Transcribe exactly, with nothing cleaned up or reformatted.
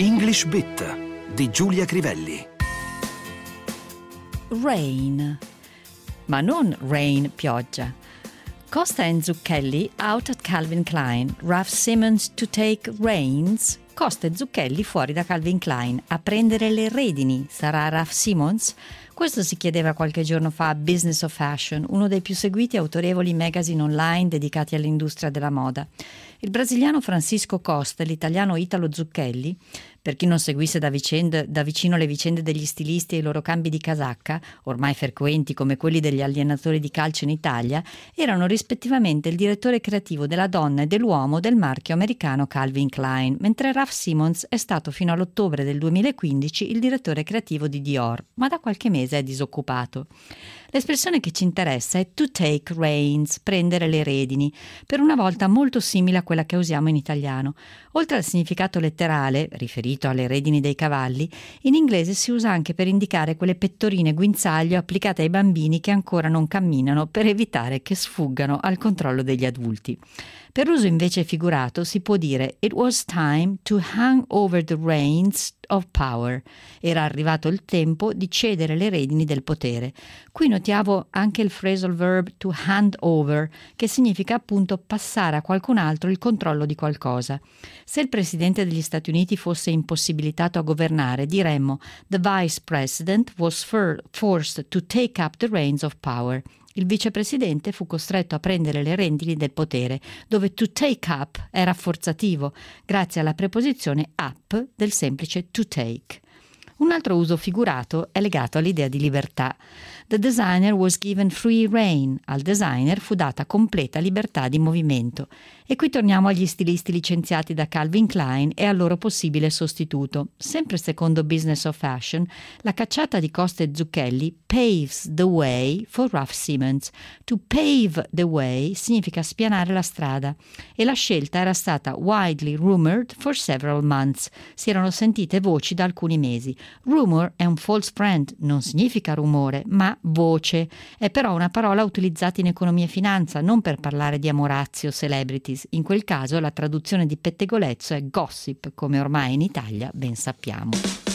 English Bit di Giulia Crivelli. Rain, ma non rain, pioggia. Costa and Zucchelli out at Calvin Klein. Raf Simons to take reins. Costa e Zucchelli fuori da Calvin Klein a prendere le redini. Sarà Raf Simons? Questo si chiedeva qualche giorno fa a Business of Fashion, uno dei più seguiti e autorevoli magazine online dedicati all'industria della moda. Il brasiliano Francisco Costa e l'italiano Italo Zucchelli, per chi non seguisse da, vicende, da vicino le vicende degli stilisti e i loro cambi di casacca, ormai frequenti come quelli degli allenatori di calcio in Italia, erano rispettivamente il direttore creativo della donna e dell'uomo del marchio americano Calvin Klein, mentre Raf Simons è stato fino all'ottobre del duemilaquindici il direttore creativo di Dior, ma da qualche mese è disoccupato. L'espressione che ci interessa è to take reins, prendere le redini, per una volta molto simile a quella che usiamo in italiano. Oltre al significato letterale, riferito alle redini dei cavalli, in inglese si usa anche per indicare quelle pettorine guinzaglio applicate ai bambini che ancora non camminano per evitare che sfuggano al controllo degli adulti. Per uso invece figurato si può dire It was time to hang over the reins of power. Era arrivato il tempo di cedere le redini del potere. Qui notiamo anche il phrasal verb to hand over, che significa appunto passare a qualcun altro il controllo di qualcosa. Se il presidente degli Stati Uniti fosse impossibilitato a governare, diremmo The vice president was for- forced to take up the reins of power. Il vicepresidente fu costretto a prendere le redini del potere, dove to take up è rafforzativo, grazie alla preposizione up del semplice to take. Un altro uso figurato è legato all'idea di libertà. The designer was given free rein. Al designer fu data completa libertà di movimento. E qui torniamo agli stilisti licenziati da Calvin Klein e al loro possibile sostituto. Sempre secondo Business of Fashion, la cacciata di Costa e Zucchelli paves the way for Raf Simons. To pave the way significa spianare la strada e la scelta era stata widely rumored for several months. Si erano sentite voci da alcuni mesi. Rumor è un false friend, non significa rumore, ma voce. È però una parola utilizzata in economia e finanza, non per parlare di amorazzi o celebrities. In quel caso la traduzione di pettegolezzo è gossip, come ormai in Italia ben sappiamo.